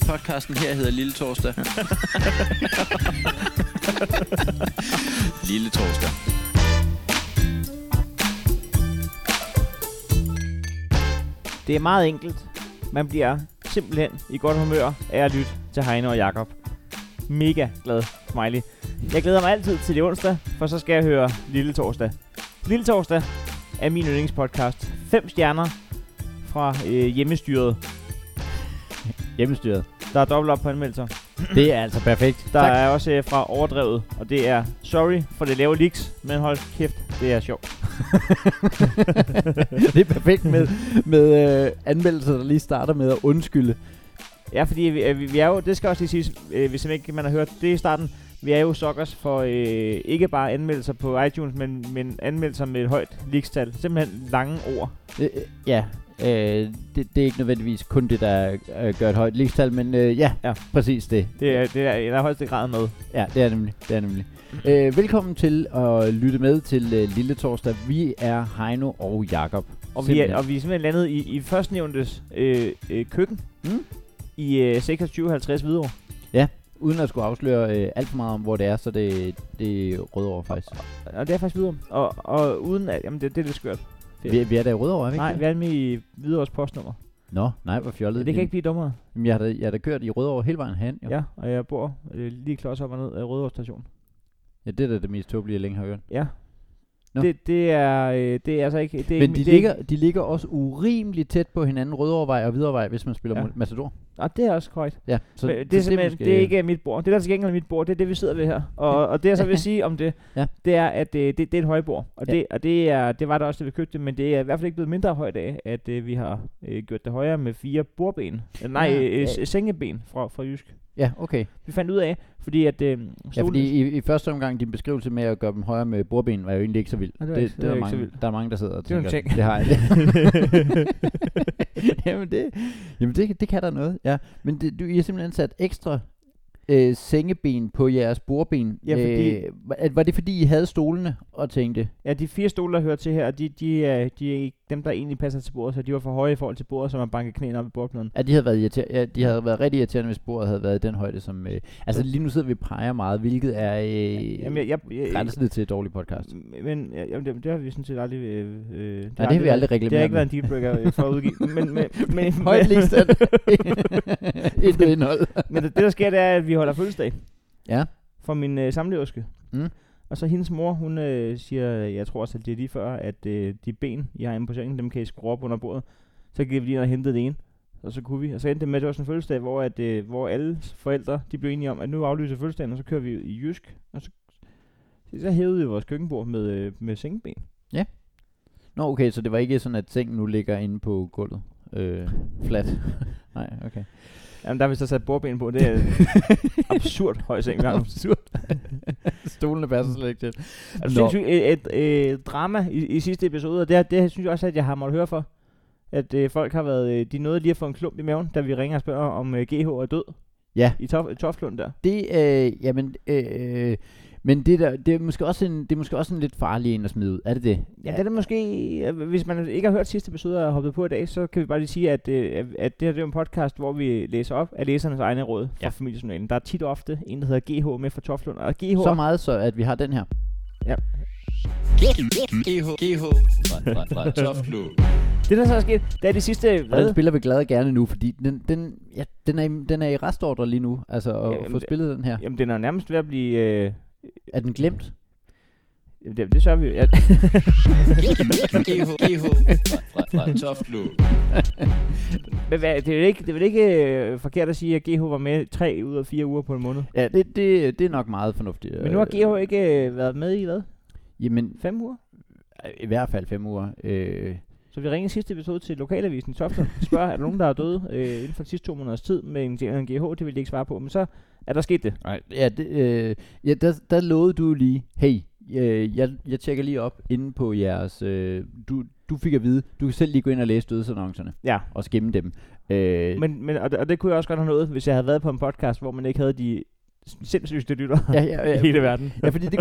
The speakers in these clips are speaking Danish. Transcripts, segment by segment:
Podcasten her hedder Lille Torsdag. Lille Torsdag. Det er meget enkelt. Man bliver simpelthen i godt humør af at lytte til Heino og Jakob. Mega glad smiley. Jeg glæder mig altid til det onsdag, for så skal jeg høre Lille Torsdag. Lille Torsdag er min yndlingspodcast. 5 stjerner fra hjemmestyret. Hjemmestyret. Der er dobbelt op på anmeldelser. Det er altså perfekt. Der er også fra Overdrevet, og det er sorry for det lave leaks, men hold kæft, det er sjovt. Det er perfekt med anmeldelser, der lige starter med at undskylde. Ja, fordi vi er jo, det skal også lige siges, hvis ikke man har hørt det i starten, vi er jo suckers for ikke bare anmeldelser på iTunes, men anmeldelser med et højt leakstal. Simpelthen lange ord. Ja, det er ikke nødvendigvis kun det, der gør et højt leakstal, men ja, præcis det. Det er i højeste grad med. Ja, det er nemlig. Velkommen til at lytte med til Lille Torsdag. Vi er Heino og Jakob. Og vi er simpelthen landet i førstnævntes køkken i 2650 Hvidovre. Ja, uden at skulle afsløre alt for meget om, hvor det er, så det er Rødovre faktisk. Og det er faktisk Hvidovre. Og uden at, jamen det er lidt skørt. Vi er der i Rødovre, er vi ikke? Nej, vi er med i Hvidovres postnummer. Nå, nej, hvor fjollet. Det kan ikke blive dummere. Jamen, jeg har da kørt i Rødovre hele vejen hen. Jo. Ja, og jeg bor lige klods op og ned af Rødovre station. Ja, det er da det mest tåbelige, jeg længe har hørt. Ja. Det er altså ikke... Men de ligger også urimeligt tæt på hinanden, Rødovrevej og Hvidovrevej, hvis man spiller Matador. Og det er også korrekt. Ja, så det er simpelthen, det er ikke mit bord. Det der til gengæld mit bord, det er det, vi sidder ved her. Og det jeg så vil sige om det, det er, at det er et højbord. Og det var det også, da vi købte det, men det er i hvert fald ikke blevet mindre højt af, at vi har gjort det højere med 4 bordben. Sengeben fra Jysk. Ja, okay. Vi fandt ud af, fordi at... fordi i første omgang, din beskrivelse med at gøre dem højere med bordben, var jo egentlig ikke så vild. Det var mange, der er mange, der sidder og tænker, det har jeg. Jamen det kan der noget, ja. Men I har simpelthen sat ekstra sengeben på jeres bordben. Ja, fordi... var det fordi, I havde stolene og tænkte? Ja, de 4 stole, der hører til her, de er ikke dem, der egentlig passer til bordet, så de var for høje i forhold til bordet, så man bankede knæene op i bordpladen. Ja, de havde været rigtig irriterende, hvis bordet havde været i den højde, som... altså lige nu sidder vi og peger meget, hvilket er grænsen til et dårligt podcast. Men det har vi sådan set aldrig... det har vi aldrig reklameret. Det har ikke været en dealbreaker for at udgive. men højt ligstand. Intet indhold. Men det, der sker, det er, at vi holder fødselsdag. Ja. For min samleverske. Og så hendes mor, hun siger, jeg tror også, at det er lige før, at de ben, I har inde på sengen, dem kan I skrue op under bordet. Så gik vi lige og hentede det ene, og så kunne vi. Og så endte det med, at det var sådan en fødselsdag, hvor alle forældre, de blev enige om, at nu aflyser fødselsdagen, og så kører vi i Jysk. Og så hævede vi vores køkkenbord med sengeben. Ja. Nå, okay, så det var ikke sådan, at sengen nu ligger inde på gulvet. Flat. Nej, okay. Jamen, der har vi så sat bordben på. Det er absurd høj seng. Absurd. Stolene passer slet ikke til. Altså, et drama i sidste episode, og det synes jeg også, at jeg har måttet høre for. At folk har været... de nåede lige at få en klump i maven, da vi ringer og spørger, om GH er død. Ja. I Toftlund der. Men det er måske også en lidt farlig en at smide ud. Er det det? Ja, det er det måske. Hvis man ikke har hørt sidste episode og har hoppet på i dag, så kan vi bare lige sige, at det her det er en podcast, hvor vi læser op af læsernes egne råd fra familiejournalen. Der er tit og ofte en, der hedder GH med fra Toftlund. Og GH så meget så, at vi har den her. Ja. GH fra Toftlund. Det der så er sket, det er de sidste... Den spiller vi glade gerne nu, fordi den er i restordre lige nu. Altså at få spillet den her. Jamen den er nærmest ved at blive... Er den glemt? Det sørger vi jo. GH fra Toftlund. Men det er vel ikke forkert at sige, at GH var med 3 ud af 4 uger på en måned? Ja, det er nok meget fornuftigt. Men nu har GH ikke været med i hvad? Jamen 5 uger? I hvert fald 5 uger. Så vi ringer sidste episode til Lokalavisen i Toftlund og spørger, er der nogen, der er døde inden for de sidste 2 måneders tid med en GH? Det vil de ikke svare på, men så er der sket det. Nej, der lovede du lige, hey, jeg tjekker lige op inde på jeres... Du fik at vide, du kan selv lige gå ind og læse dødsannoncerne. Ja. Og skimme dem. Og det kunne jeg også godt have nået, hvis jeg havde været på en podcast, hvor man ikke havde de sindssygste lytter i hele verden. Ja, fordi det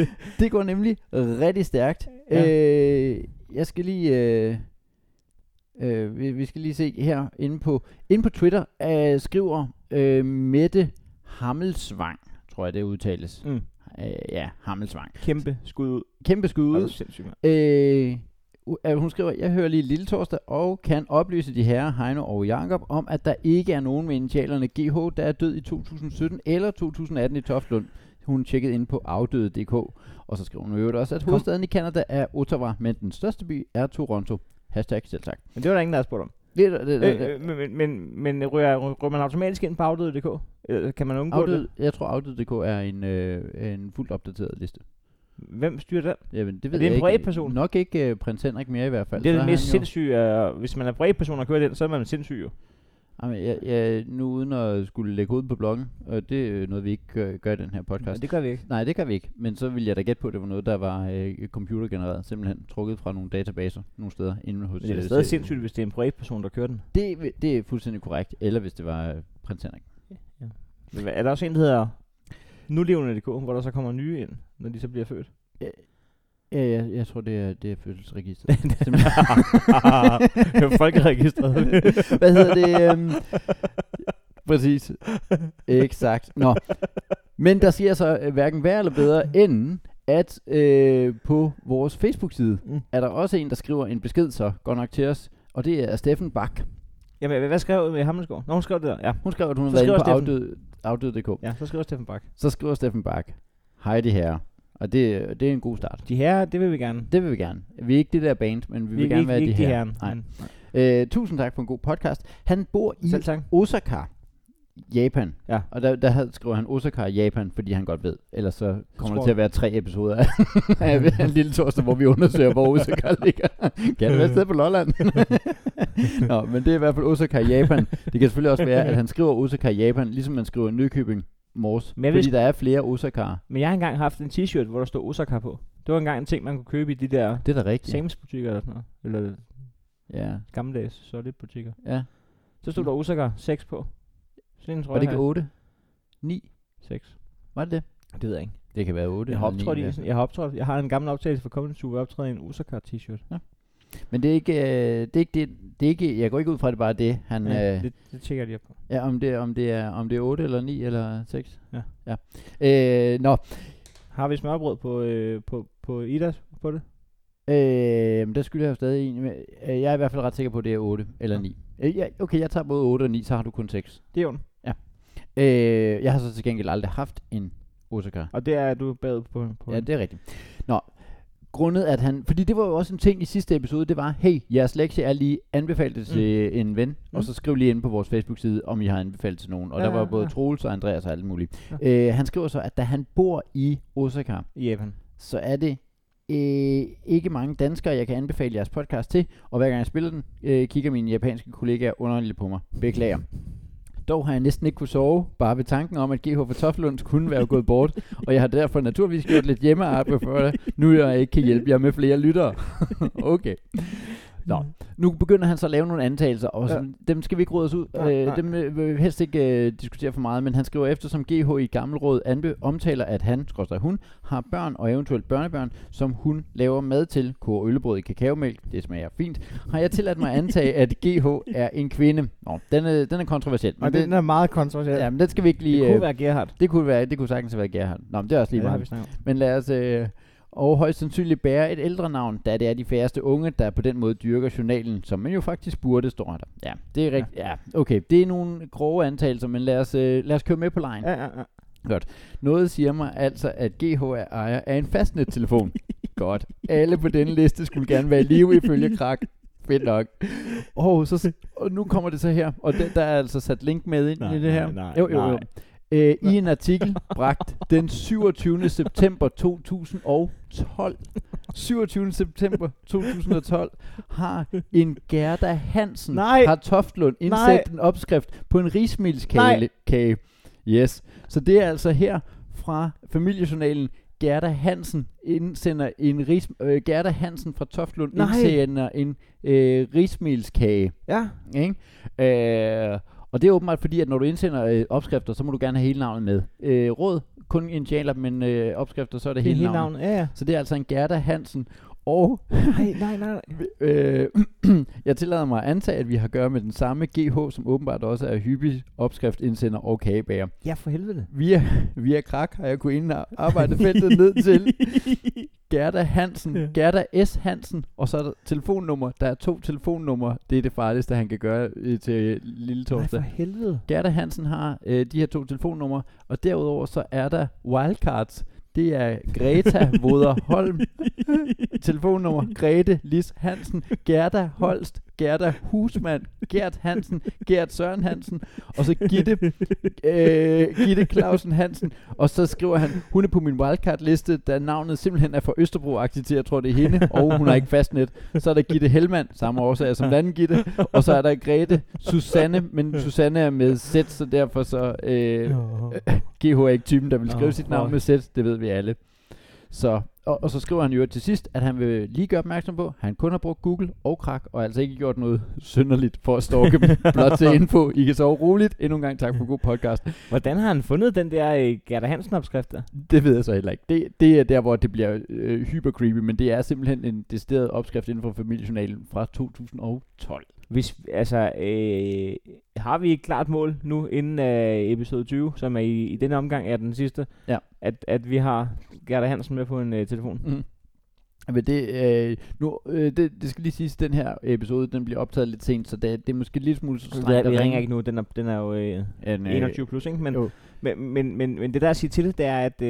går nemlig rigtig stærkt. Ja. Jeg skal lige... Vi skal lige se her inde på Twitter, skriver Mette Hammelsvang, tror jeg det udtales. Ja, Hammelsvang. Kæmpe skud ud. Kæmpe skud ud. Sindssygt, mand. Hun skriver, jeg hører lige Lille Torsdag og kan oplyse de herrer Heino og Jakob om, at der ikke er nogen med initialerne GH, der er død i 2017 eller 2018 i Toftlund. Hun tjekkede ind på afdøde.dk, og så skriver hun jo også, at hovedstaden i Canada er Ottawa, men den største by er Toronto. Hashtag selv sagt. Men det var der ingen, der har spurgt om. Men ryger man automatisk ind på afdøde.dk? Kan man undgå det? Jeg tror afdøde.dk er en fuldt opdateret liste. Hvem styrer den? Jamen, det ved er det jeg en privatperson? Nok ikke prins Henrik mere i hvert fald. Det er det mest sindssyge. Hvis man er privatperson og kører den, så er man sindssyg jo. Jamen, jeg nu uden at skulle lægge ud på bloggen, og det er noget, vi ikke gør i den her podcast. Ja, det gør vi ikke. Nej, det gør vi ikke. Men så vil jeg da gætte på, at det var noget, der var computergenereret. Simpelthen trukket fra nogle databaser nogle steder inde hos. Det er stadig sindssygt, hvis det er en privatperson, der kører den. Det er fuldstændig korrekt. Eller hvis det var prins Henrik. Ja. Men er der også en, der hedder nulevende.dk, hvor der så kommer nye ind, når de så bliver født? Ja, jeg tror, det er fødselsregistret. Det er folkeregistret. Hvad hedder det? Præcis. Exakt. Nå. Men der siger så hverken værre eller bedre, end at på vores Facebook-side er der også en, der skriver en besked så godt nok til os, og det er Steffen Bak. Jamen, hvad skrev med Hammelsgaard? Nå, hun skrev det der. Ja. Hun skrev, at hun har været inde på afdød.dk. Ja, så skriver Steffen Bak. Så skriver Steffen Bak. Hej de herrer. Og det er en god start. De herrer, det vil vi gerne. Det vil vi gerne. Vi er ikke det der band, men vi vil gerne være de herrer. Nej. Tusind tak for en god podcast. Han bor i Osaka, Japan. Ja. Og der skriver han Osaka, Japan, fordi han godt ved. Ellers så kommer der til at være 3 episoder af en lille torsdag, hvor vi undersøger, hvor Osaka ligger. Kan det være et sted på Lolland? Nå, men det er i hvert fald Osaka, Japan. Det kan selvfølgelig også være, at han skriver Osaka, Japan, ligesom man skriver Nykøbing Mors. Fordi der er flere Osakaer. Men jeg har engang haft en t-shirt, hvor der stod Osaka på. Det var engang en ting, man kunne købe i de der Sam's butikker eller sådan noget. Eller gammeldags solid butikker. Ja. Så stod der Osaka 6 på. Sådan, tror var det ikke 8? 9? 6. Var det det? Det ved jeg ikke. Det kan være 8. Jeg har optrådt. Jeg har en gammel optagelse for Comedy Zoo, hvor jeg optræder i en Osaka t-shirt. Ja. Men det er ikke, jeg går ikke ud fra, det bare det, han... Ja, det tjekker jeg lige på. Ja, om det er 8 eller 9 eller 6. Ja. Nå. Har vi smørbrød på Idas på det? Der skylder jeg jo stadig en. Jeg er i hvert fald ret sikker på, at det er 8 eller 9. Okay, jeg tager både 8 og 9, så har du kun 6. Det er jo. Ja. Jeg har så til gengæld aldrig haft en Osaka. Og det er du bagud på. Ja, det er rigtigt. Nå. Grundet at han, fordi det var jo også en ting i sidste episode, det var, hey, jeres lektie er lige anbefalet til en ven, og så skriv lige ind på vores Facebook-side, om I har anbefalet til nogen. Og der var både Troels og Andreas og alt muligt. Ja. Han skriver så, at da han bor i Osaka, i Japan, så er det ikke mange danskere, jeg kan anbefale jeres podcast til, og hver gang jeg spiller den, kigger mine japanske kollegaer underligt på mig. Beklager. Dog har jeg næsten ikke kunne sove, bare ved tanken om, at GH for Toftlund kunne være gået bort, og jeg har derfor naturligvis gjort lidt hjemmearbejde for det, nu jeg ikke kan hjælpe jer med flere lyttere. Okay. Nå, nu begynder han så at lave nogle antagelser, og dem skal vi ikke råde os ud. Dem vil vi helst ikke diskutere for meget, men han skriver, eftersom GH i Gammel Råd omtaler, at hun har børn og eventuelt børnebørn, som hun laver mad til, koger øllebrød i kakaomælk, det smager fint, har jeg tilladt mig at antage, at GH er en kvinde. Nå, den er kontroversiel. Og den er meget kontroversiel. Ja, men den skal vi ikke lige... Det kunne være Gerhard. Det kunne sagtens være Gerhard. Nå, men det er også lige meget. Men lad os... og højst sandsynligt bære et ældre navn, da det er de færreste unge, der på den måde dyrker journalen, som man jo faktisk burde, står der. Ja, det er rigtigt. Ja, okay. Det er nogle grove antagelser, men lad os køre med på lejen. Ja. Godt. Noget siger mig altså, at GH er ejer af en fastnettelefon. Godt. Alle på denne liste skulle gerne være i live ifølge Krak. Fedt nok. Og nu kommer det så her, og der er altså sat link med ind i det her. Nej. Jo. I en artikel bragt den 27. september 2012. 27. september 2012 har en Gerda Hansen fra Toftlund indsat en opskrift på en rismilskage. Yes. Så det er altså her fra familiejournalen. Gerda Hansen indsender Gerda Hansen fra Toftlund indsender en rismilskage. Ja. Ikke? Og det er åbenbart fordi, at når du indsender opskrifter, så må du gerne have hele navnet med. Råd, kun initialer, men opskrifter, så er det hele navnet. Ja. Så det er altså en Gerda Hansen. Og Nej. jeg tillader mig at antage, at vi har at gøre med den samme GH, som åbenbart også er hyppig opskriftindsender og kagebager. Ja, for helvede. Via Krak har jeg kunnet arbejde feltet ned til Gerda Hansen, Gerda S. Hansen, og så er der telefonnummer. Der er 2 telefonnumre. Det er det farligste, han kan gøre til lille torsdag. Nej, for helvede. Gerda Hansen har de her 2 telefonnumre, og derudover så er der wildcards. Det er Greta Voderholm, telefonnummer Grete Lis Hansen, Gerda Holst, Gerda Husmand, Gert Hansen, Gert Søren Hansen, og så Gitte Clausen Hansen, og så skriver han, hun er på min wildcard-liste, da navnet simpelthen er for Østerbro-agtigt til, jeg tror det er hende, og hun har ikke fastnet. Så er der Gitte Hellmann, samme årsag som den anden Gitte, og så er der Grete Susanne, men Susanne er med Z, så derfor så GH er ikke typen, der vil skrive sit navn med Z, det ved vi alle. Så, og så skriver han jo til sidst, at han vil lige gøre opmærksom på, at han kun har brugt Google og Krak, og altså ikke gjort noget synderligt for at stalke dem. Blot til info. I kan sove roligt. Endnu en gang tak for god podcast. Hvordan har han fundet den der Gerda Hansen-opskrift der? Det ved jeg så heller ikke. Det er der, hvor det bliver hyper creepy, men det er simpelthen en decideret opskrift inden for familiejournalen fra 2012. Hvis, har vi et klart mål nu inden episode 20, som er i denne omgang er den sidste, at vi har Gerda Hansen med på en telefon? Mm. Men det skal lige siges, den her episode, den bliver optaget lidt sent, så det er måske lidt smule strengt. Vi ringer ikke nu, den er jo 21 plus, ikke? Men det der at sige til det er, at...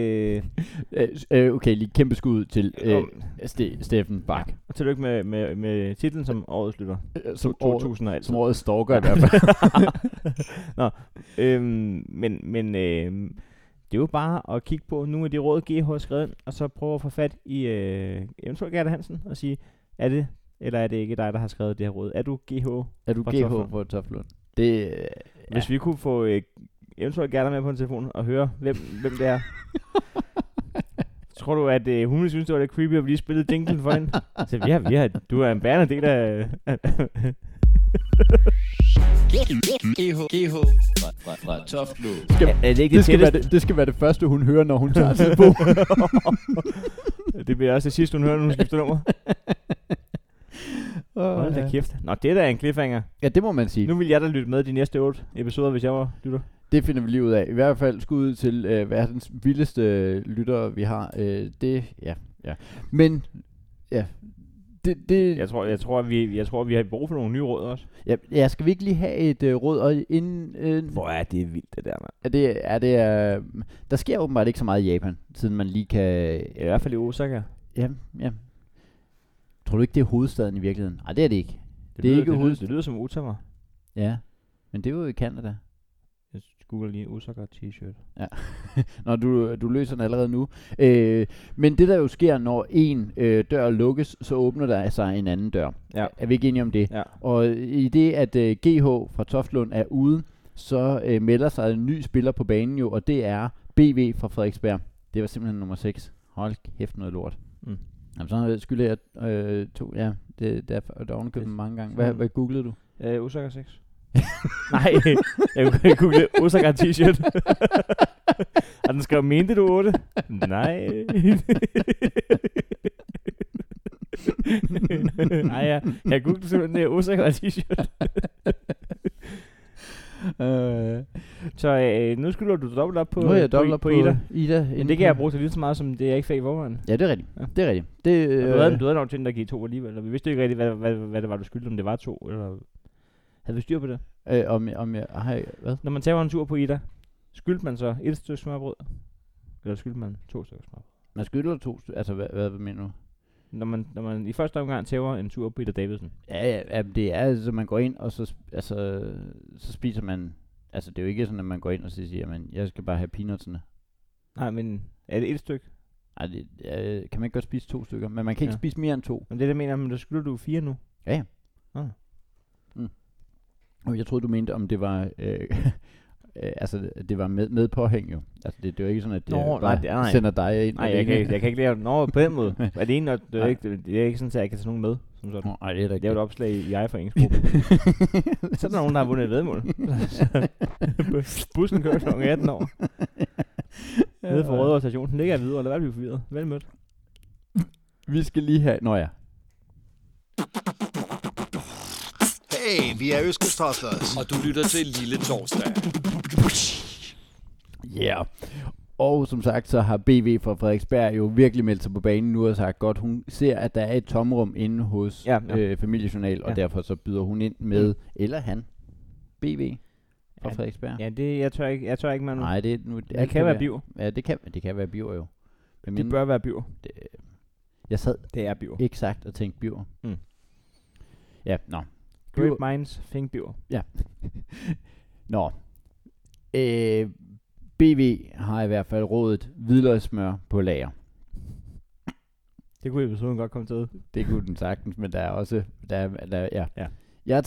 okay, lige kæmpe skud til Steffen Bak. Ja. Og tillykke med titlen som årets lytter. Som 2000 og alt. Som årets stalker i hvert fald. Nå, men det er jo bare at kigge på nogle af de råd, GH har skrevet ind, og så prøve at få fat i eventuelt Gerda Hansen og sige, er det, eller er det ikke dig, der har skrevet det her råd? Er du GH? Er du GH for Toflund? Hvis vi kunne få eventuelt Gerda med på en telefon og høre, hvem det er. Tror du, at hun ville synes, det var lidt creepy, at vi lige spillede jinglen for hende? Så du er en bærende del af... GH fra Toflo. Det skal være det første, hun hører, når hun tager telefonen. Det bliver også det sidste, hun hører, når hun skifter nummer. Hold da kæft. Nå, det er da en cliffhanger. Ja, det må man sige. Nu vil jeg da lytte med de næste 8 episoder, hvis jeg var lytter. Det finder vi lige ud af. I hvert fald skud til verdens vildeste lyttere, vi har. Men, ja... Jeg tror, vi har brug for nogle nye råd også. Ja, skal vi ikke lige have et råd og inden... Hvor er det vildt, det der, mand. Der sker åbenbart ikke så meget i Japan, siden man lige kan... I hvert fald i Osaka. Ja. Tror du ikke, det er hovedstaden i virkeligheden? Nej, det er det ikke. Det lyder som Ottawa. Ja, men det er jo i Canada. Jeg googler lige Osaka t-shirt. Ja. Nå, du løser den allerede nu. Men det der jo sker, når en dør lukkes, så åbner der sig en anden dør. Ja. Er vi ikke enige om det? Ja. Og i det, at GH fra Toftlund er ude, så melder sig en ny spiller på banen jo, og det er BV fra Frederiksberg. Det var simpelthen nummer 6. Hold kæft noget lort. Mm. Jamen, så skylder jeg 2. Ja, der er ovenikøbet mange gange. Hvad googlede du? Osaka 6. Nej, jeg googlede Osaka t-shirt. Har den skrevet, mente du 8? Nej. Nej, jeg googlede simpelthen Osaka t-shirt. Så nu skulle du dobbelt op på, på Ida. Men det kan jeg bruge til lige så meget, som det jeg ikke fik i forvejen. Ja, det er rigtigt. Ja. Det er rigtigt. Du havde nok tænkt at give 2 alligevel. Eller vi vidste ikke rigtigt, hvad det var, du skyldte, om det var 2. Eller... Havde vi styr på det? Om jeg har... Hvad? Når man tager en tur på Ida, skyldte man så 1 stykke smørbrød? Eller skyldte man 2 stykker smørbrød? Man skylder 2 stykker... Altså, hvad mener du? Når man i første omgang tager en tur på Ida Davidsen. Ja, det er altså, man går ind, og så spiser man... Altså, det er jo ikke sådan, at man går ind og så siger, men jeg skal bare have peanutsene. Nej, men er det 1 stykke? Nej, kan man ikke godt spise 2 stykker, men man kan ikke spise mere end 2. Men det mener, men der skylder du 4 nu. Ja. Jeg troede, du mente, om det var... altså, det var med påhæng jo. Altså, det er jo ikke sådan, at det sender dig ind. Nej, jeg kan ikke lave det. På den måde. Alene, det er ikke sådan, at jeg kan tage nogen med. Som sådan. Nej, det er et opslag i ejerforeningsgruppen. Så er der nogen, der har vundet et vedmål. Bussen kører kl. 18 år. Nede for Rødovre Station. Den ligger jeg videre, eller hvad bliver forvirret? Vel mødt. Vi skal lige have... Nå ja. Hey, vi er Østkyst-Hustlers. Og du lytter til Lille Torsdag. Yeah. Og som sagt, så har BV fra Frederiksberg jo virkelig meldt sig på banen nu og sagt godt, hun ser, at der er et tomrum inde hos Familiejournal, og derfor så byder hun ind med, eller han, BV fra Frederiksberg. Ja, det, jeg tør ikke, man. Nej, det, nu, det kan være biver. Ja, det kan være biver jo. Men det bør være biver. Jeg sad det er biver. Exakt og tænkte biver. Mm. Ja, nå. Great minds think biver. Ja. Nå. BV har i hvert fald rådet hvidløgssmør på lager. Det kunne episoden godt komme til. Det kunne den sagtens, men der er også... Ja. Jeg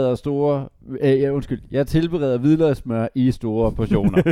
tilbereder hvidløgssmør i store portioner.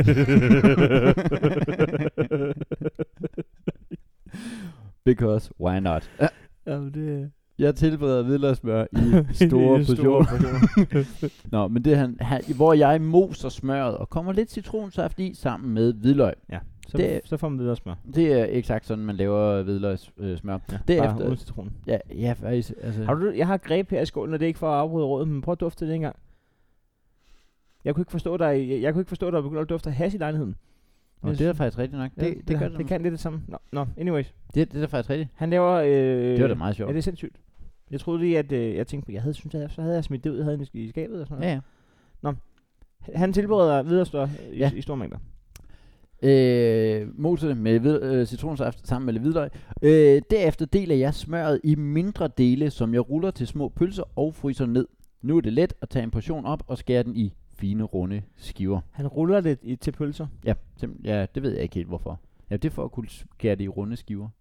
Because why not? Jamen, det... Jeg tilbereder hvidløgssmør i store portioner. Nå, men det er hvor jeg moser smøret og kommer lidt citronsaft i sammen med hvidløg. Ja, så får man hvidløgssmør. Det er eksakt sådan, man laver hvidløgssmør. Ja, derefter, bare uden citron. Ja, faktisk. Altså. Jeg har greb her i skålen, og det er ikke for at afbryde rådet, men prøv at dufte det engang. Jeg kunne ikke forstå, at der begyndte at dufte af hash i lejligheden. Nå, det er faktisk rigtigt nok. Det kan lidt det samme. Nå, anyways. Det er da faktisk rigtigt. Han laver... det var da meget sjovt. Ja, det er sindssygt. Jeg troede lige, at jeg tænkte på, så havde jeg smidt det ud, jeg havde i skabet og sådan noget. Ja. Nå, han tilbereder videre i store mængder. Moser det med citronsaft sammen med lidt hvidløg. Derefter deler jeg smøret i mindre dele, som jeg ruller til små pølser og fryser ned. Nu er det let at tage en portion op og skære den i fine, runde skiver. Han ruller det til pølser? Ja, det ved jeg ikke helt hvorfor. Ja, det er for at kunne skære det i runde skiver.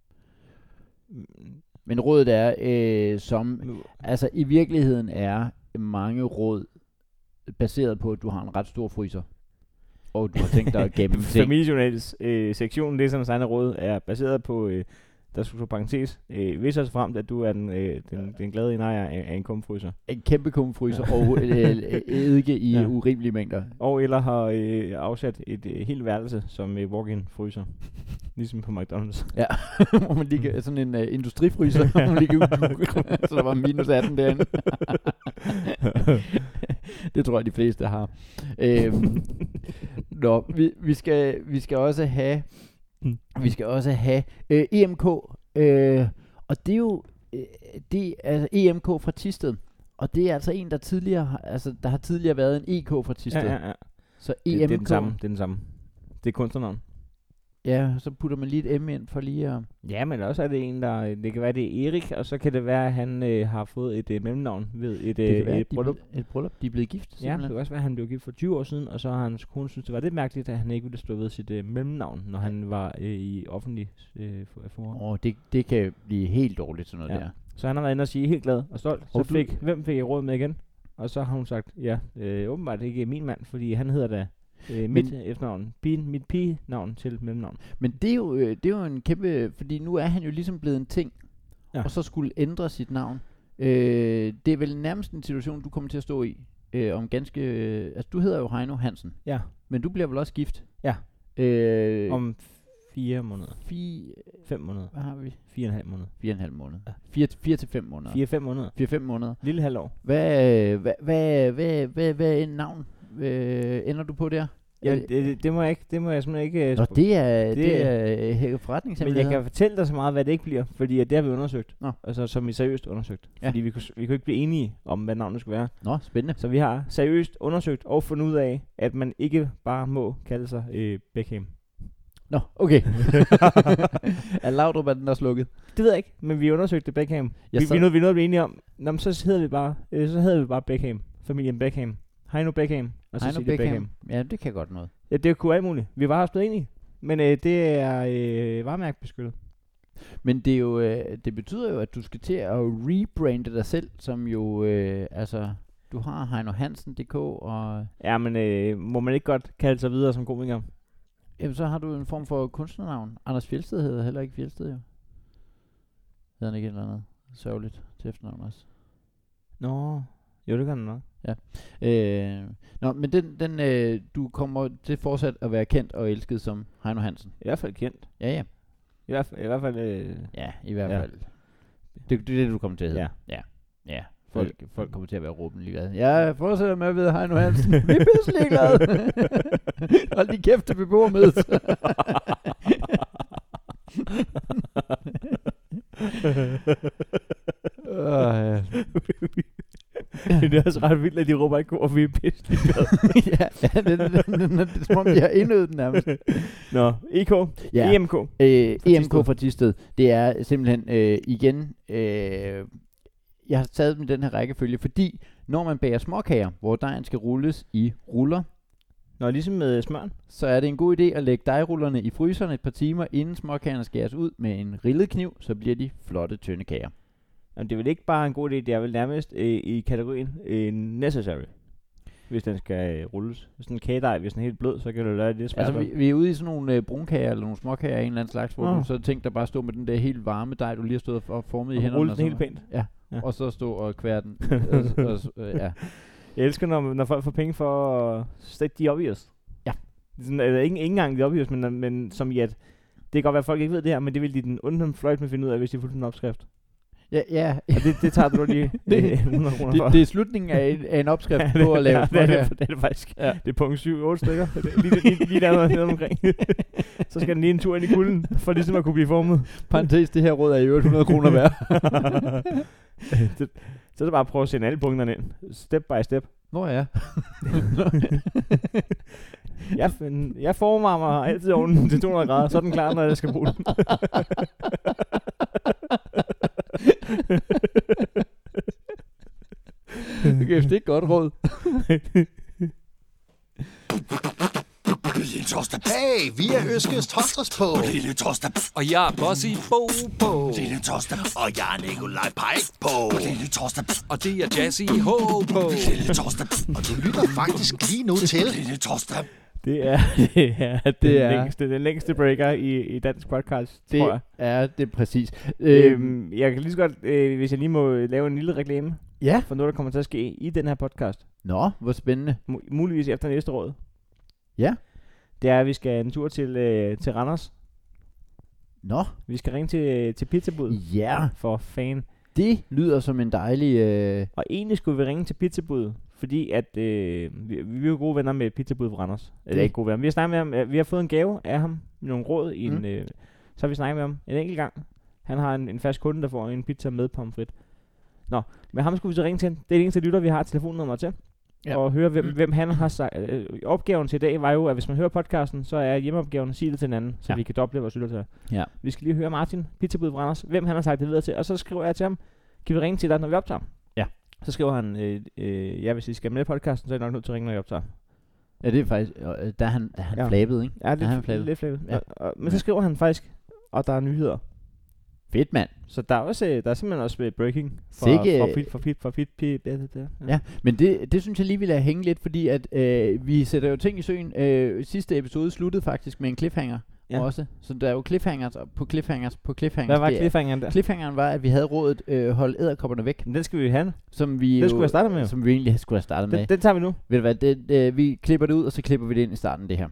Men rådet er, altså i virkeligheden er mange råd baseret på, at du har en ret stor fryser. Og du har tænkt dig at gemme ting. Familiejournalets sektion, det som signer råd, er baseret på, der skulle stå parentes, hvis og så fremt, at du er den glade indejer af en kumfryser. En kæmpe kumfryser og eddike i urimelige mængder. Og eller har afsat et helt værelse som walk-in fryser. Ligesom på McDonald's. Ja, hvor man lige sådan en industrifryser, hvor man lige så der var minus 18 derinde. Det tror jeg, de fleste har. Nå, vi skal også have EMK, og det er jo altså EMK fra Thisted, og det er altså en, der har tidligere været en EK fra Thisted. Ja. Så EMK. Det er den samme. Det er kunstnernavn. Ja, så putter man lige et M ind for lige at... Ja, men også er det en, det kan være, det er Erik, og så kan det være, at han har fået et mellemnavn ved et bryllup. Et bryllup, de er blevet gift, simpelthen. Ja, det kan også være, at han blev gift for 20 år siden, og så har hans kone synes det var lidt mærkeligt, at han ikke ville stå ved sit mellemnavn, når han var i offentlig forhold. Det kan blive helt dårligt, sådan noget der. Så han har været inde og sige helt glad og stolt. Hvem fik jeg råd med igen? Og så har hun sagt, åbenbart ikke min mand, fordi han hedder da mit efternavn. Mit pigenavn til mellemnavn. Men det er jo en kæmpe, fordi nu er han jo ligesom blevet en ting, og så skulle ændre sit navn. Det er vel nærmest en situation, du kommer til at stå i om ganske... altså, du hedder jo Heino Hansen. Ja. Men du bliver vel også gift? Ja. Om 4 måneder. 5 måneder. Hvad har vi? 4,5 måneder. 4,5 måneder. 4 til 5 måneder. 4-5 måneder. 4-5 måneder. Lille halvår. Hvad en navn ender du på der? Ja, det må jeg simpelthen ikke... Nå, det er forretningshemmelighed. Men jeg kan fortælle dig så meget, hvad det ikke bliver, fordi det har vi undersøgt. Altså, som vi seriøst undersøgt. Ja. Fordi vi kunne ikke blive enige om, hvad navnet skulle være. Nå, spændende. Så vi har seriøst undersøgt og fundet ud af, at man ikke bare må kalde sig Beckham. Nå, okay. Er Laudrup den også lukket? Det ved jeg ikke, men vi undersøgte Beckham. Vi nåede at blive enige om, så hedder vi bare Beckham. Familien Beckham. Heino Beckham. Og så Beckham. Ja, det kan godt noget. Ja, det kunne alt muligt. Vi var også blevet enige. Men det er varemærkebeskyttet. Men det er jo, det betyder jo, at du skal til at rebrande dig selv, som jo, du har Heino Hansen.dk og... Ja, men må man ikke godt kalde sig videre som komiker? Jamen, så har du en form for kunstnernavn. Anders Fjeldsted hedder heller ikke Fjeldsted, jo. Hedder han ikke et eller andet sørgeligt til efternavn også? Nå, jo, det kan han nok. Ja. Men du kommer til fortsat at være kendt og elsket som Heino Hansen. I hvert fald kendt. Ja. I hvert fald... Ja, i hvert fald. Det er det, du kommer til at hedde. Ja. Folk kommer til at være råbende ligeglade. Jeg fortsætter med at vide, Heino Hansen. Vi er pisse ligeglade. Hold de kæft til beboermødet. Det er også ret vildt, at de råber ikke, hvor vi er pisse ligeglade. Det er som om, de har indøvet den nærmest. Nå, EK. Ja. EMK. EMK fra Thisted. Det er simpelthen igen... jeg har taget dem i den her rækkefølge, fordi når man bager småkager, hvor dejen skal rulles i ruller, Nå, ligesom med smøren. så er det en god idé at lægge dejrullerne i fryseren et par timer, inden småkagerne skæres ud med en rillet kniv, så bliver de flotte, tynde kager. Jamen, det er vel ikke bare en god idé, det er vel nærmest i kategorien necessary, hvis den skal rulles. Hvis en kagedej bliver sådan helt blød, så kan du lade det svært. Altså, vi er ude i sådan nogle brunkager, eller nogle småkager af en eller anden slags, hvor du så tænkt dig bare stå med den der helt varme dej, du lige har stået og formet i hænderne. Rulle den helt pænt. Ja, og så stå og kvære den. Ja. Jeg elsker, når folk får penge for at state the obvious. Ja. Sådan, ikke engang the obvious, men som i at, det kan godt være, at folk ikke ved det her, men det vil de den undom fløjt med finde ud af, hvis de får en opskrift. Ja. Og det tager du lige 100 kroner for. Det er slutningen af en opskrift på at lave småkager. Det er det faktisk. Ja. Det er punkt 7-8 stykker. Lige der nede omkring. Så skal den lige en tur ind i kulden, for ligesom at kunne blive formet. Parentes, det her råd er i øvrigt 100 kroner værd. Så er det bare at prøve at sende alle punkterne ind. Step by step. Hvor er jeg? Jeg forvarmer altid ovnen til 200 grader, så er den klar, når jeg skal bruge den. Okay, det er et godt råd. Lille torsdag. Hey, vi er Øskes Torsdags på. Lille torsdag. Og jeg er Bossy Bo på. Lille torsdag. Og jeg er Nikolaj Pike på. Lille torsdag. Og det er Jazzy Ho på. Lille torsdag. Og du lytter faktisk lige nu til Lille torsdag. Det er den længste breaker i dansk podcast, tror jeg. Ja, det er præcis. Jeg kan lige så godt, hvis jeg lige må lave en lille reklame Ja. for noget, der kommer til at ske i den her podcast. Nå, hvor spændende. Muligvis efter næste råd. Ja. Det er, at vi skal en tur til Randers. Nå. Vi skal ringe til pizzabuddet. Ja. For fan. Det lyder som en dejlig... Og egentlig skulle vi ringe til pizzabuddet, fordi at vi er jo gode venner med pizzabuddet for Randers. Eller ikke gode venner. Vi har snakket med ham. Vi har fået en gave af ham. Nogle råd i så har vi snakket med ham en enkelt gang. Han har en fast kunde, der får en pizza med pomfrit. Nå, men ham skulle vi så ringe til. Det er det eneste lytter, vi har telefonnummer til. Ja. Og høre, hvem han har sagt. Opgaven til i dag var jo, at hvis man hører podcasten, så er hjemmeopgaven at sige det til hinanden, så vi kan doble vores lytter til. Ja. Vi skal lige høre Martin, pizzabud fra Randers, hvem han har sagt det videre til, og så skriver jeg til ham, kan vi ringe til dig, når vi optager? Ja. Så skriver han, hvis I skal med i podcasten, så er jeg nok nødt til at ringe, når jeg optager. Ja, det er faktisk, der er han flabet, ikke? Ja, det er lidt flabet. Ja. Men så skriver han faktisk, og der er nyheder. Fedt, mand. Så der er simpelthen også breaking for fit. Ja, men det synes jeg lige vil lade hænge lidt, fordi at vi sætter jo ting i søen. Sidste episode sluttede faktisk med en cliffhanger også. Så der er jo cliffhangers på cliffhangers på cliffhangers. Hvad var cliffhangeren der? Cliffhangeren var, at vi havde rådet hold edderkopperne væk. Men den skal vi have. Som vi det skulle jeg starte med. Som vi egentlig skulle have startet med. Den tager vi nu. Ved du hvad, vi klipper det ud, og så klipper vi det ind i starten, det her.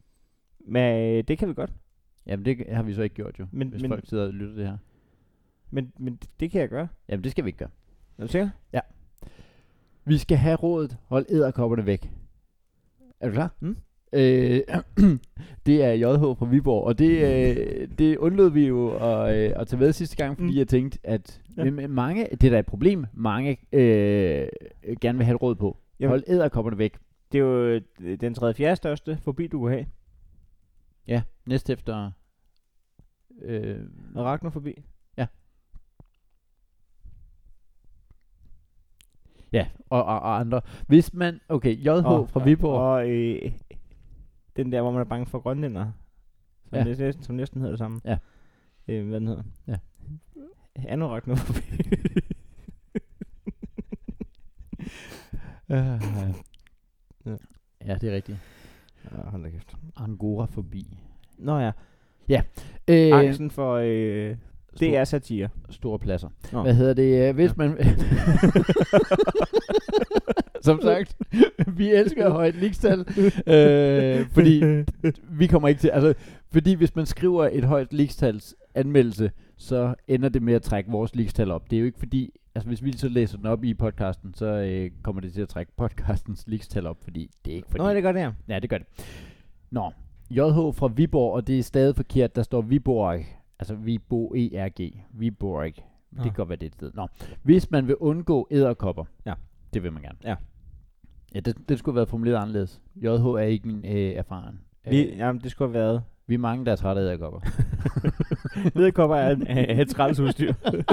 Men det kan vi godt. Jamen det har vi så ikke gjort jo, hvis folk sidder og lytter det her. Men det kan jeg gøre. Jamen det skal vi ikke gøre. Er du sikker? Ja. Vi skal have rådet, hold edderkopperne væk. Er du klar? Det er JH fra Viborg, og det undlod vi jo at tage med sidste gang, fordi jeg tænkte, at mange, det er da et problem, mange gerne vil have et råd på. Jamen, hold edderkopperne væk. Det er jo den 3. største fobi, du kan have. Ja, næst efter arachnofobi. Ja. Ja, og andre. Hvis man, okay, JH fra Viborg. Og den der, hvor man er bange for grønlænder. Som næsten hedder det samme. Ja. Hvad den hedder. Ja. Arachnofobi. Ja, det er rigtigt. Hold da kæft. Angorafobi. Nå ja. Ja. Angsten for det er satire. Store pladser. Nå. Hvad hedder det? Hvis man... Som sagt, vi elsker højt ligestal, fordi vi kommer ikke til... Altså, fordi hvis man skriver et højt ligstals anmeldelse, så ender det med at trække vores ligestal op. Det er jo ikke fordi, altså hvis vi så læser den op i podcasten, så kommer det til at trække podcastens ligestal op, fordi det er ikke fordi... Nå, det gør det her. Ja, det gør det. Nå, JH fra Viborg, og det er stadig forkert, der står Viborg, altså Viborg, Viborg. Det kan godt være det et sted. Nå, hvis man vil undgå edderkopper, ja, det vil man gerne. Ja. Ja, det skulle have været formuleret anderledes. JH er ikke min erfaren. Jamen, det skulle have været... Vi er mange, der er trætte af edderkopper. Edderkopper er et trælsudstyr.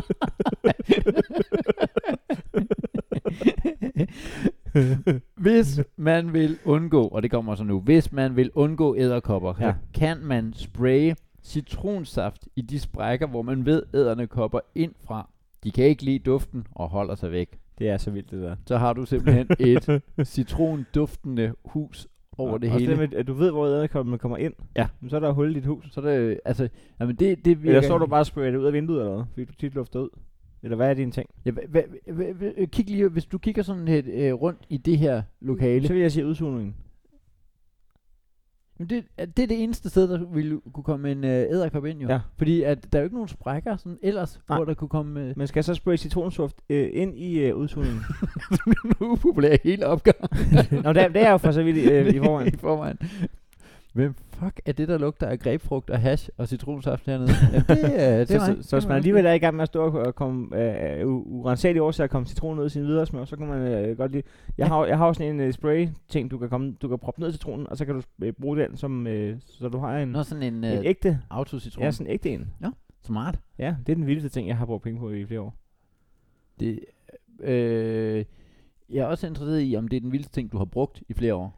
Hvis man vil undgå, og det kommer så nu, hvis man vil undgå edderkopper, så kan man spraye citronsaft i de sprækker, hvor man ved æderne kopper ind fra. De kan ikke lide duften og holder sig væk. Det er så vildt, det der. Så har du simpelthen et citronduftende hus over det hele. Og det med, at du ved, hvor edderkoppen kommer ind. Ja. Men så er der hul i dit hus. Så er det, altså, jamen det virker... Eller så du bare sprayer det ud af vinduet eller noget, fordi du tit lufter ud. Eller hvad er dine ting? Ja, kig lige, hvis du kigger sådan et rundt i det her lokale. Så vil jeg sige udsugningen. Men det er det eneste sted, der ville kunne komme en edderkop ind jo. Ja. Fordi at der er jo ikke nogen sprækker sådan ellers, nej, hvor der kunne komme... Men skal jeg så spraye citronsuft ind i udsugningen? Nu upopulær hele opgaven. Nå, det er jo for så vidt i forvejen. I forvejen. Hvem fuck er det, der lugter af grebfrugt og hash og citronsaft hernede? Ja, det er mig. Så hvis man alligevel er i gang med at stå og komme urensagelige årsager at komme citronen ud i sin videresmør, så kan man godt lide... Jeg har også sådan en spray-ting, du kan proppe ned i citronen, og så kan du bruge den som... så du har en sådan en ægte autocitron. Ja, sådan en ægte en. Ja, smart. Ja, det er den vildeste ting, jeg har brugt penge på i flere år. Det, jeg er også interesseret i, om det er den vildeste ting, du har brugt i flere år.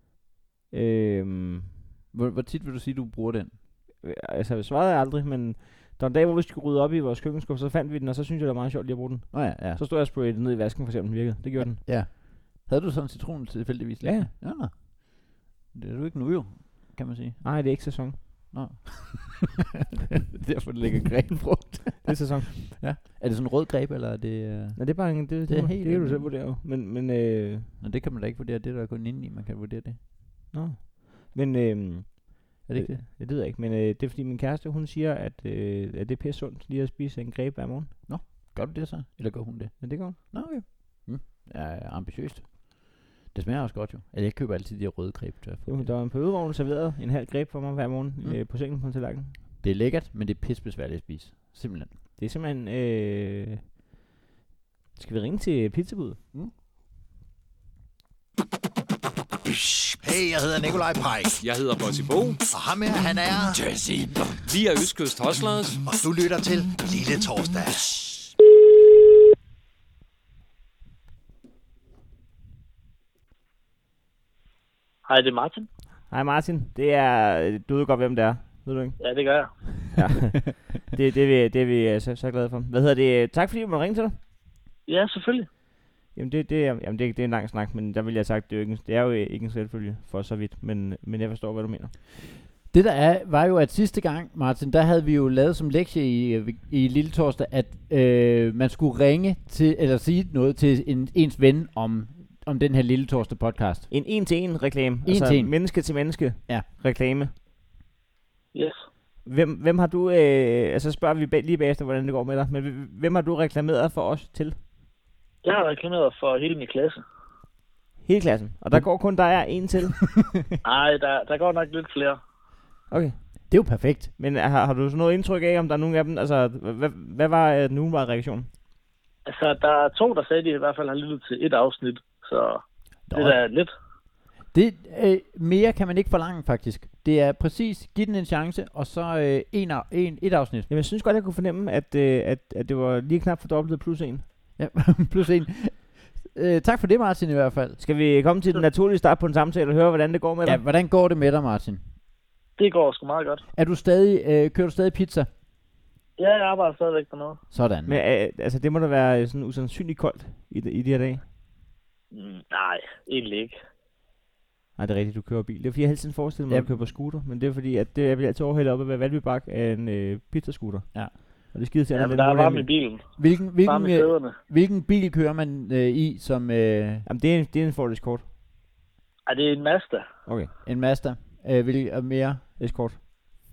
Hvor tit vil du sige, du bruger den? Altså, svaret er aldrig, men der var en dag, hvor vi skulle rydde op i vores køkkenskub, så fandt vi den, og så synes jeg, det var meget sjovt lige at bruge den. Ja. Så stod jeg og sprayede den ned i vasken, for eksempel, den virkede. Det gjorde den. Ja. Havde du sådan en citron tilfældigvis? Ja. Det er du ikke nu jo, kan man sige. Nej, det er ikke sæson. Nå. Derfor det ligger grebfrugt. Det er sæson. Ja. Er det sådan en rød greb, eller er det... Nej, det er bare en... Det kan du selv vurdere. Men Nå, det kan man da ikke vurdere. Det er der kun inde i, man kan vurdere det. Nå. Men er det ikke det? Det ved jeg ikke, men det er fordi min kæreste, hun siger, at det er pisse sundt lige at spise en greb hver morgen. Nå, gør du det så? Eller gør hun det? Ja, det gør hun. Nå, okay. Ja, ambitiøst. Det smager også godt jo. Altså, jeg køber altid de her røde greb. Jo, der var en periodevogn serveret en halv greb for mig hver morgen på sengen på en tallerken. Det er lækkert, men det er pissebesværligt at spise. Simpelthen. Det er simpelthen... Skal vi ringe til pizzabuddet? Hey, jeg hedder Nikolaj Pike. Jeg hedder Bossy Bo. Og ham her, han er... Jesse. Vi er Østkyst Hustlers. Og du lytter til Lille Torsdag. Hej, det er Martin. Hej Martin, det er... Du ved godt, hvem det er, ved du ikke? Ja, det gør jeg. Ja, det er vi så glade for. Hvad hedder det? Tak fordi du måtte ringe til dig. Ja, selvfølgelig. Jamen det er en lang snak, men der vil jeg have sagt, det er jo ikke en selvfølge for så vidt, men jeg forstår, hvad du mener. Det der var jo, at sidste gang, Martin, der havde vi jo lavet som lektie i Lille Torsdag, at man skulle ringe til, eller sige noget til ens ven om den her Lille Torsdag podcast. En en-til-en reklame. En menneske til menneske reklame. Yes. Hvem har du, altså spørger vi lige bagefter, hvordan det går med dig, men hvem har du reklameret for os til? Jeg har reklameret for hele min klasse. Hele klassen? Og der går kun dig en til? Nej, der går nok lidt flere. Okay. Det er jo perfekt. Men har du sådan noget indtryk af, om der er nogen af dem, altså hvad var den umiddelbare reaktion? Altså, der er 2, der sagde, at de i hvert fald har lyttet til et afsnit, så det er lidt. Det mere kan man ikke forlange, faktisk. Det er præcis, giv den en chance, og så et afsnit. Jamen, jeg synes godt, jeg kunne fornemme, at det var lige knap fordoblet plus 1. Ja, plus 1. Tak for det, Martin, i hvert fald. Skal vi komme til den naturlige start på en samtale og høre, hvordan det går med dig? Ja, hvordan går det med dig, Martin? Det går sgu meget godt. Er du kører du stadig pizza? Ja, jeg arbejder stadigvæk på noget. Sådan. Men altså, det må da være sådan usandsynligt koldt i de her dage? Nej, egentlig ikke. Nej, det er rigtigt, du kører bil. Det er fordi, jeg hele tiden forestiller mig, at du kører på scooter. Men det er fordi, at jeg vil altid overhælde op at være Valby Bak af en pizzascooter. Ja. Og det skider til, men der er varme i bilen. Hvilken bil kører man i som... Jamen, det er en Ford Escort. Ej, det er en Mazda. Okay. En Mazda. Mere? Escort.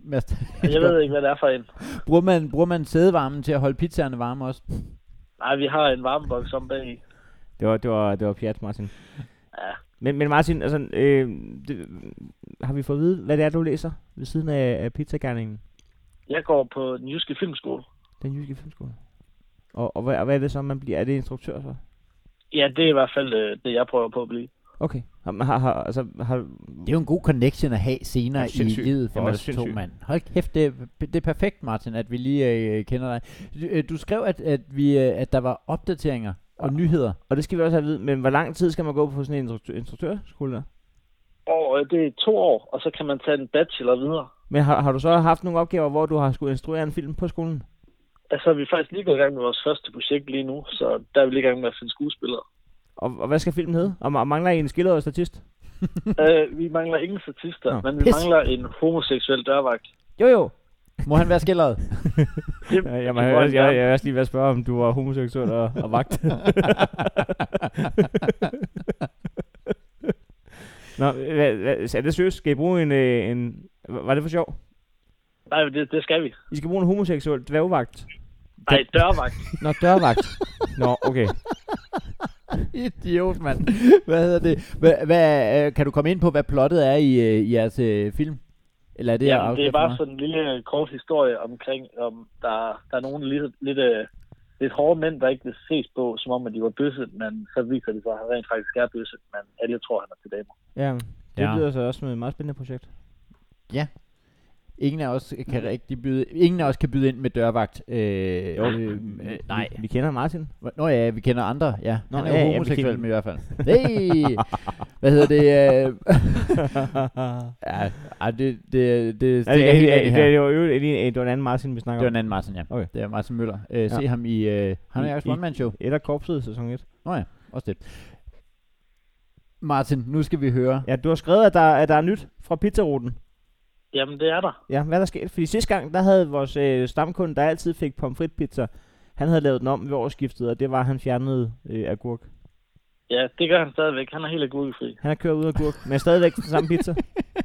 Jeg ved ikke, hvad det er for en. Bruger man sædevarmen til at holde pizzaerne varme også? Nej, vi har en varmeboks om bag i. Det var pjat, Martin. Ja. Men Martin, altså, har vi fået at vide, hvad det er, du læser ved siden af pizzagærningen? Jeg går på den jyske filmskole. Den jyske filmskole. Og hvad er det så, man bliver? Er det instruktør så? Ja, det er i hvert fald det, jeg prøver på at blive. Okay. Det er jo en god connection at have senere i livet for os to, mand. Hold kæft, det er perfekt, Martin, at vi lige kender dig. Du skrev, at der var opdateringer og nyheder. Og det skal vi også have at vide, men hvor lang tid skal man gå på sådan en instruktørskole der? Og det er 2 år, og så kan man tage en bachelor videre. Men har du så haft nogle opgaver, hvor du har skulle instruere en film på skolen? Altså, vi er faktisk lige gået i gang med vores første projekt lige nu, så der er vi lige i gang med at finde skuespillere. Og hvad skal filmen hedde? Og mangler I en skildret statist? Vi mangler ingen statister, men vi mangler en homoseksuel dørvagt. Jo. Må han være skildret? Jeg vil også lige være spørge, om du var homoseksuel og vagt. Nå, er det seriøst? Skal I bruge en... Var det for sjov? Nej, det skal vi. I skal bruge en homoseksuel dværgvagt? Nej, dørvagt. Nå, dørvagt. Nå, okay. Idiot, mand. Hvad hedder det? Kan du komme ind på, hvad plottet er i jeres film? Eller er det, ja, det er bare sådan en lille kort historie omkring, om der er nogle lidt hårde mænd, der ikke vil ses på, som om at de var bøsse, men så viser det sig, at han rent faktisk er bøsse, men alle tror, han er til damer. Ja, det lyder så også som et meget spændende projekt. Ja. Ingen af os kan byde ind med dørvagt. Nej. Vi kender Martin. Nå ja, vi kender andre. Ja. Nå, han er jo homoseksuel i hvert fald. Hey! Hvad hedder det? Det var en anden Martin, vi snakker om. Det var en anden Martin, ja. Okay. Det er Martin Møller. Se ham i han er One Man Show. Eller Korpset sæson 1. Nå ja, også det. Martin, nu skal vi høre. Ja, du har skrevet, at der er nyt fra pizzaruten. Jamen, det er der. Ja, hvad der skete? Fordi sidste gang, der havde vores stamkunde, der altid fik pomfritpizza, han havde lavet den om ved årsskiftet, og det var, han fjernede agurk. Ja, det gør han stadigvæk. Han er helt agurkefri. Han har kørt ud af agurk, men stadigvæk den samme pizza.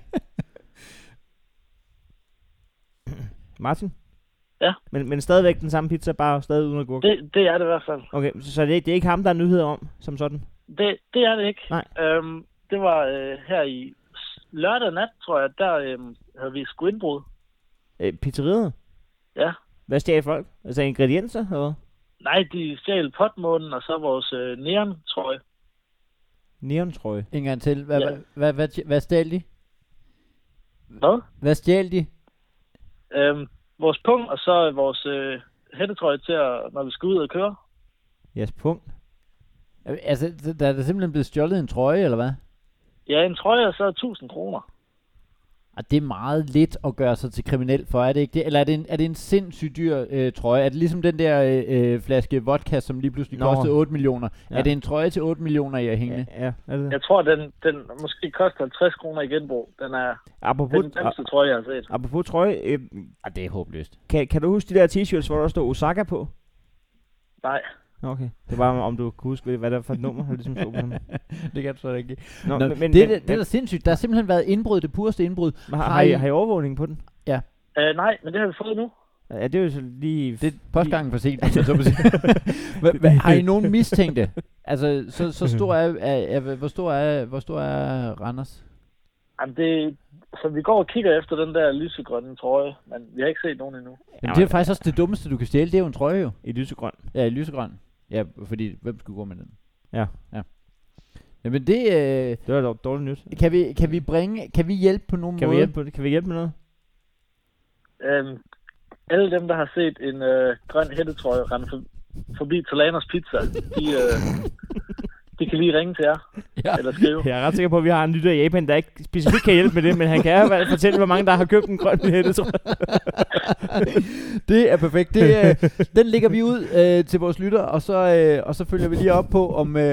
Martin? Ja? Men stadigvæk den samme pizza, bare stadig uden agurk? Det er det i hvert fald. Okay, så det er ikke ham, der er nyheder om, som sådan? Det er det ikke. Nej. Det var her i lørdag nat, tror jeg, der havde vi sgu indbrud. Pizzeriet? Ja. Hvad stjal folk? Altså ingredienser, eller? Nej, de stjal potmånen, og så vores neon-trøje. Neon-trøje? En gang til. Hvad stjal de? Hvad? Hvad stjal de? Vores punkt, og så vores hættetrøje til, når vi skal ud og køre. Jeres punkt? Altså, der er der simpelthen blevet stjålet en trøje, eller hvad? Ja, en trøje, og så 1.000 kroner. Og det er meget lidt at gøre sig til kriminel for, er det ikke det? Eller er det en sindssygt dyr trøje? Er det ligesom den der flaske vodka, som lige pludselig kostede 8 millioner? Ja. Er det en trøje til 8 millioner i at hænge? Ja. Jeg tror, den måske koster 50 kroner i genbrug. Den er den bedste trøje, jeg har set. Apropos trøje... det er håbløst. Kan du huske de der t-shirts, hvor der står Osaka på? Nej. Okay. Det var, om du kunne huske, hvad der for et nummer, der ligesom stod på dem. Det kan du så ikke. Det er da sindssygt. Der har simpelthen været indbrud, det pureste indbrud. Har I overvågning på den? Ja. Nej, men det har vi fået nu. Ja, det er jo så lige... Det er postgangen for sent. Har I nogen mistænkte? Altså, så stor er... Hvor stor er Randers? Jamen, så vi går og kigger efter den der lysegrønne trøje, men vi har ikke set nogen endnu. Jamen, det er faktisk også det dummeste, du kan stjæle. Det er jo en trøje jo. I lysegrøn. Ja, i lysegrøn. Ja, fordi hvem skulle gå med den? Ja. Jamen det var dog dårligt nyt. Kan vi hjælpe på nogen måde? Kan vi hjælpe med noget? Alle dem, der har set en grøn hættetrøje rende forbi Talaners Pizza, de kan lige ringe til jer, eller skrive. Jeg er ret sikker på, at vi har en lytter i Japan, der ikke specifikt kan hjælpe med det, men han kan jo fortælle, hvor mange der har købt en grøn hættetrøje. Det er perfekt. Den lægger vi ud til vores lytter, og så følger vi lige op på,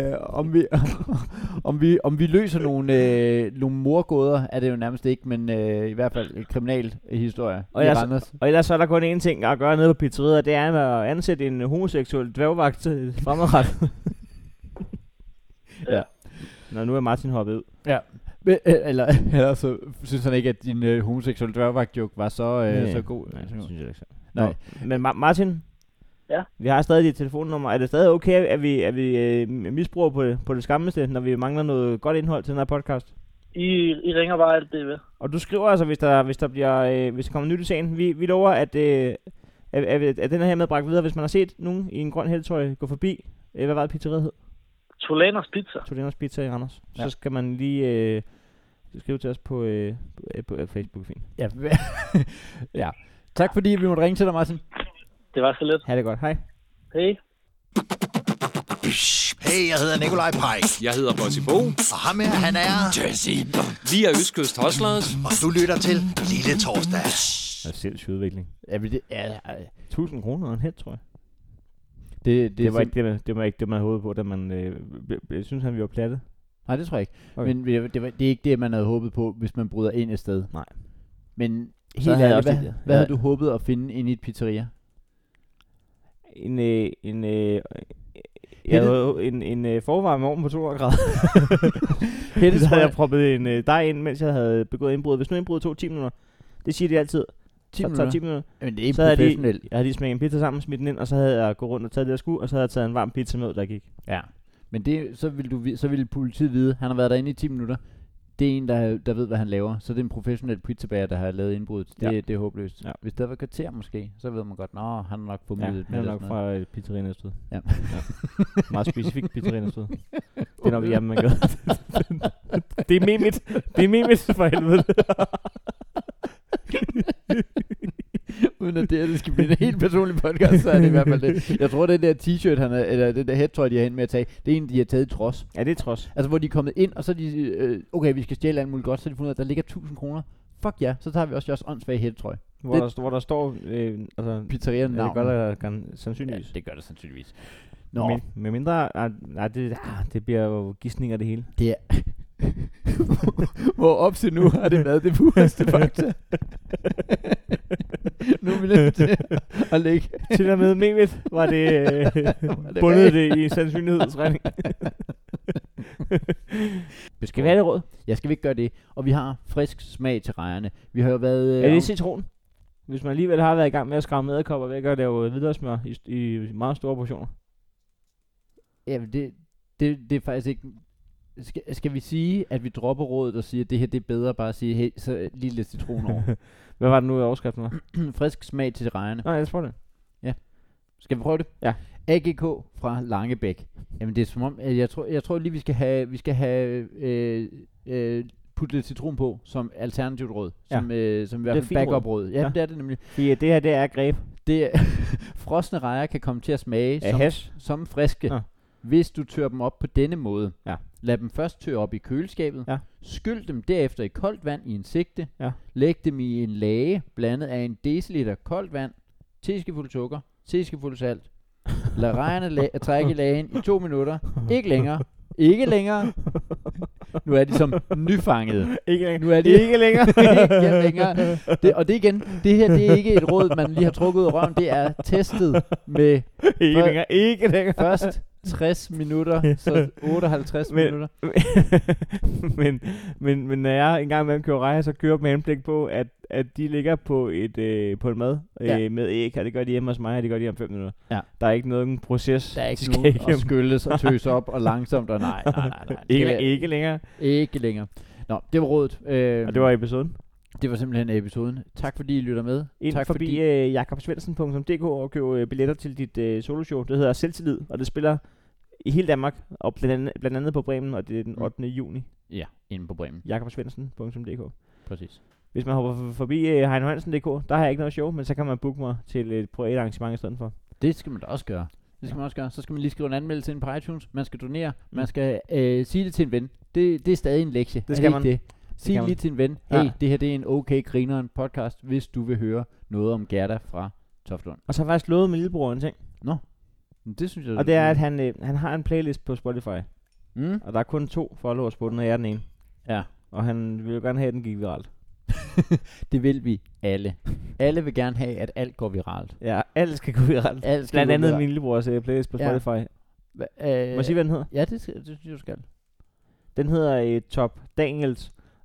om vi løser nogle morgåder, er det jo nærmest ikke, men i hvert fald kriminalhistorie i Randers. Og ellers så er der kun én ting at gøre nede på pizzeriet, og det er at ansætte en homoseksuel dværgvagt fremadrettet. Ja. Nå, nu er Martin hoppet ud. Ja. Eller så synes han ikke, at din homoseksuelle dværgvagt-joke var så god. Nej, det synes jeg ikke så. Nej. Men Martin? Ja? Vi har stadig dit telefonnummer. Er det stadig okay, at vi misbruger på det skammeste, når vi mangler noget godt indhold til den her podcast? I ringer bare alt det ved. Og du skriver altså, hvis der kommer nyt i sagen. Vi lover, at den her med bragt videre, hvis man har set nogen i en grøn hættetrøje gå forbi. Hvad var det pizzeriet hed? Tolaners Pizza. Tolaners Pizza i Randers. Ja. Så skal man lige skrive til os på Facebook. Fint. Ja. Ja. Tak fordi vi måtte ringe til dig, Martin. Det var så lidt. Ha' det godt. Hej. Hej. Hey, jeg hedder Nikolaj Pajk. Jeg hedder Bossy Bo. Og ham her, han er... Vi er Østkyst Hustlers. Og du lytter til Lille Torsdag. Det er sindssyg udvikling. Ja, men det er... 1000 kroner og en hæt, tror jeg. Det var ikke det, man havde håbet på, da man... Jeg synes, han vi var platte. Nej, det tror jeg ikke. Okay. Men det er ikke det, man havde håbet på, hvis man bryder ind et sted. Nej. Men Så helt havde jeg ærligt, også det. hvad havde du håbet at finde inde i et pizzeria? En forvarme ovn på 200 grader. Hætte, Så havde jeg proppet en dej ind, mens jeg havde begået indbrud. Hvis nu indbrud tog 10 minutter, det siger de altid. 10 Så tager 10 minutter. minutter. Men det er ikke Så havde professionelt. jeg havde lige smagt en pizza sammen, smidt den ind, og så havde jeg gået rundt og taget det jeg skulle, og så havde jeg taget en varm pizza med, der gik. Ja. Men det, så vil politiet vide, han har været derinde i 10 minutter. Det er en, der ved, hvad han laver. Så det er en professionel pizzabager, der har lavet indbruddet. Det er håbløst. Ja. Hvis der var kvarter måske, så ved man godt, han har nok formidlet Han er nok fra et pizzeria Næstved. Ja. Meget specifikt pizzeria Næstved. Det er når vi er man gør. Det er memit for helvede. Uden at det skal blive en helt personlig podcast, så er det i hvert fald det. Jeg tror, den der t-shirt, eller den der hættrøje, de har hen med at tage, det er en, de har taget i trods. Ja, det er trods. Altså, hvor de er kommet ind, og så er de, okay, vi skal stjæle alt muligt godt, så de fundet ud af, at der ligger 1000 kroner. Fuck ja, så tager vi også jeres åndssvage hættetrøje. Hvor der står altså, Pizzeriaen det navn. gør der sandsynligvis. Ja, det gør det sandsynligvis. Nå, Men med mindre, det bliver jo gidsninger det hele. det er... Hvor op til nu har det været det pureste fakta. Nu er vi nødt til at lægge. Til og med Mehmet var det bundet det i sandsynlighedsregning. Skal vi have det råd? Ja, skal vi ikke gøre det? Og vi har frisk smag til rejerne. Vi har jo været... Er det citron? Hvis man alligevel har været i gang med at skramme edderkopper væk og lave hvidløgssmør i meget store portioner. Ja, det er faktisk ikke... Skal vi sige, at vi dropper rådet og siger, at det her det er bedre bare at sige, hey, så lige lidt citron over. Hvad var det nu i overskriften var? Frisk smag til rejerne. Nej, jeg tror det. Skal vi prøve det? Ja. AGK fra Langebæk. Jamen det er som om, jeg tror lige vi skal have puttet lidt citron på som alternativt råd. Som i hvert fald backup råd. Ja, det er det nemlig. Fordi det her, det er greb. Det er frosne rejer kan komme til at smage som friske. Ja. Hvis du tør dem op på denne måde. Ja. Lad dem først tørre op i køleskabet. Ja. Skyld dem derefter i koldt vand i en sigte. Ja. Læg dem i en lage blandet af en deciliter koldt vand, teskefuld sukker, teskefuld salt. Lad rejerne trække i lagen i 2 minutter. Ikke længere. Ikke længere. Nu er de som nyfangede. Ikke længere. Nu er de ikke længere. ikke længere. Og det igen, det her det er ikke et råd, man lige har trukket ud af røven. Det er testet med ikke længere. først 60 minutter, så 58 minutter. Men når jeg engang med kører rejer, så kører jeg med henblik på, at de ligger på en mad med æg, og det gør de hjemme hos mig, og det gør de om 5 minutter. Ja. Der er ikke nogen proces. Der er ikke nogen at skylles og tøse op og langsomt, og nej. Ikke længere. Ikke længere. Nå, det var rådet. Og det var episoden. Det var simpelthen episoden. Tak fordi I lytter med. Tak forbi jakobsvendsen.dk og køb billetter til dit soloshow. Det hedder Selvtillid, og det spiller i hele Danmark, og blandt andet på Bremen, og det er den 8. juni. Ja, inde på Bremen. jakobsvendsen.dk. Præcis. Hvis man hopper forbi heinehansen.dk, der har jeg ikke noget show, men så kan man booke mig til et privat arrangement i stedet for. Det skal man da også gøre. Så skal man lige skrive en anmeldelse ind på iTunes. Man skal donere. Man skal sige det til en ven. Det er stadig en lektie. Det skal man. Det? Sig lige til en ven, hey, det her det er en okay grineren podcast, hvis du vil høre noget om Gerda fra Toftlund. Og så har jeg faktisk lovet min lillebror en ting. Nå, det synes jeg. Og det er, at han har en playlist på Spotify. Mm. Og der er kun 2 followers på den, og jeg er den ene. Ja. Og han vil jo gerne have, at den gik viralt. Det vil vi alle. Alle vil gerne have, at alt går viralt. Ja, alt skal gå viralt. Blandt andet min lillebrors playlist på Spotify. Må jeg sige, hvad den hedder? Ja, det synes jeg, du skal. Den hedder Top Daniels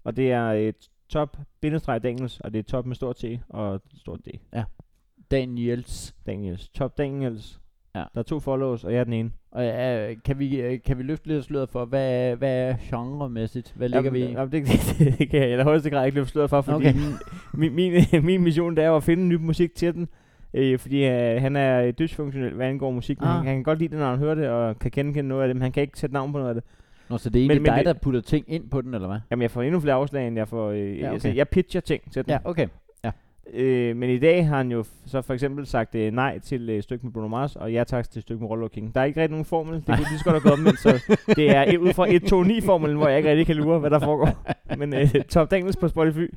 Og det er top-Daniels, og det er top med stor T og stor D. Daniels. Top Daniels. Ja. Der er 2 follows, og jeg er den ene. Og kan vi løfte lidt af sløret for, hvad er genremæssigt? Hvad ligger vi i? Jamen, det kan jeg i den højeste grad ikke løfte sløret for, fordi min mission det er jo at finde ny musik til den. Fordi han er dysfunktionel, hvad angår musik, men han kan godt lide det, når han hører det, og kan genkende noget af det, men han kan ikke sætte navn på noget af det. Nå, så det er egentlig dig, der putter ting ind på den, eller hvad? Jamen, jeg får endnu flere afslag, end jeg får... altså, jeg pitcher ting til den. Ja, okay. Men i dag har han jo så for eksempel sagt nej til et stykke med Bruno Mars, og ja tak til et stykke med Rollo King. Der er ikke rigtig nogen formel, det kunne lige så godt have gået omvendt, så det er ud fra 1-2-9-formelen, hvor jeg ikke rigtig kan lure, hvad der foregår. Men Top Daniels på Spotify.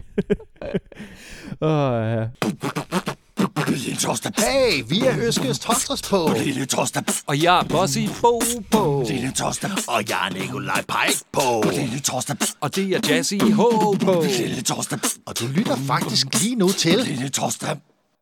Ja. Lille torsdag. Hey, vi er Øskes Torsdags på. Lille torsdag. Og jeg er Bossy Bo på. Lille torsdag. Og jeg er Nikolaj Pike på. Lille torsdag. Og det er Jazzy Ho på. Lille torsdag. Og du lytter faktisk lige nu til Lille torsdag.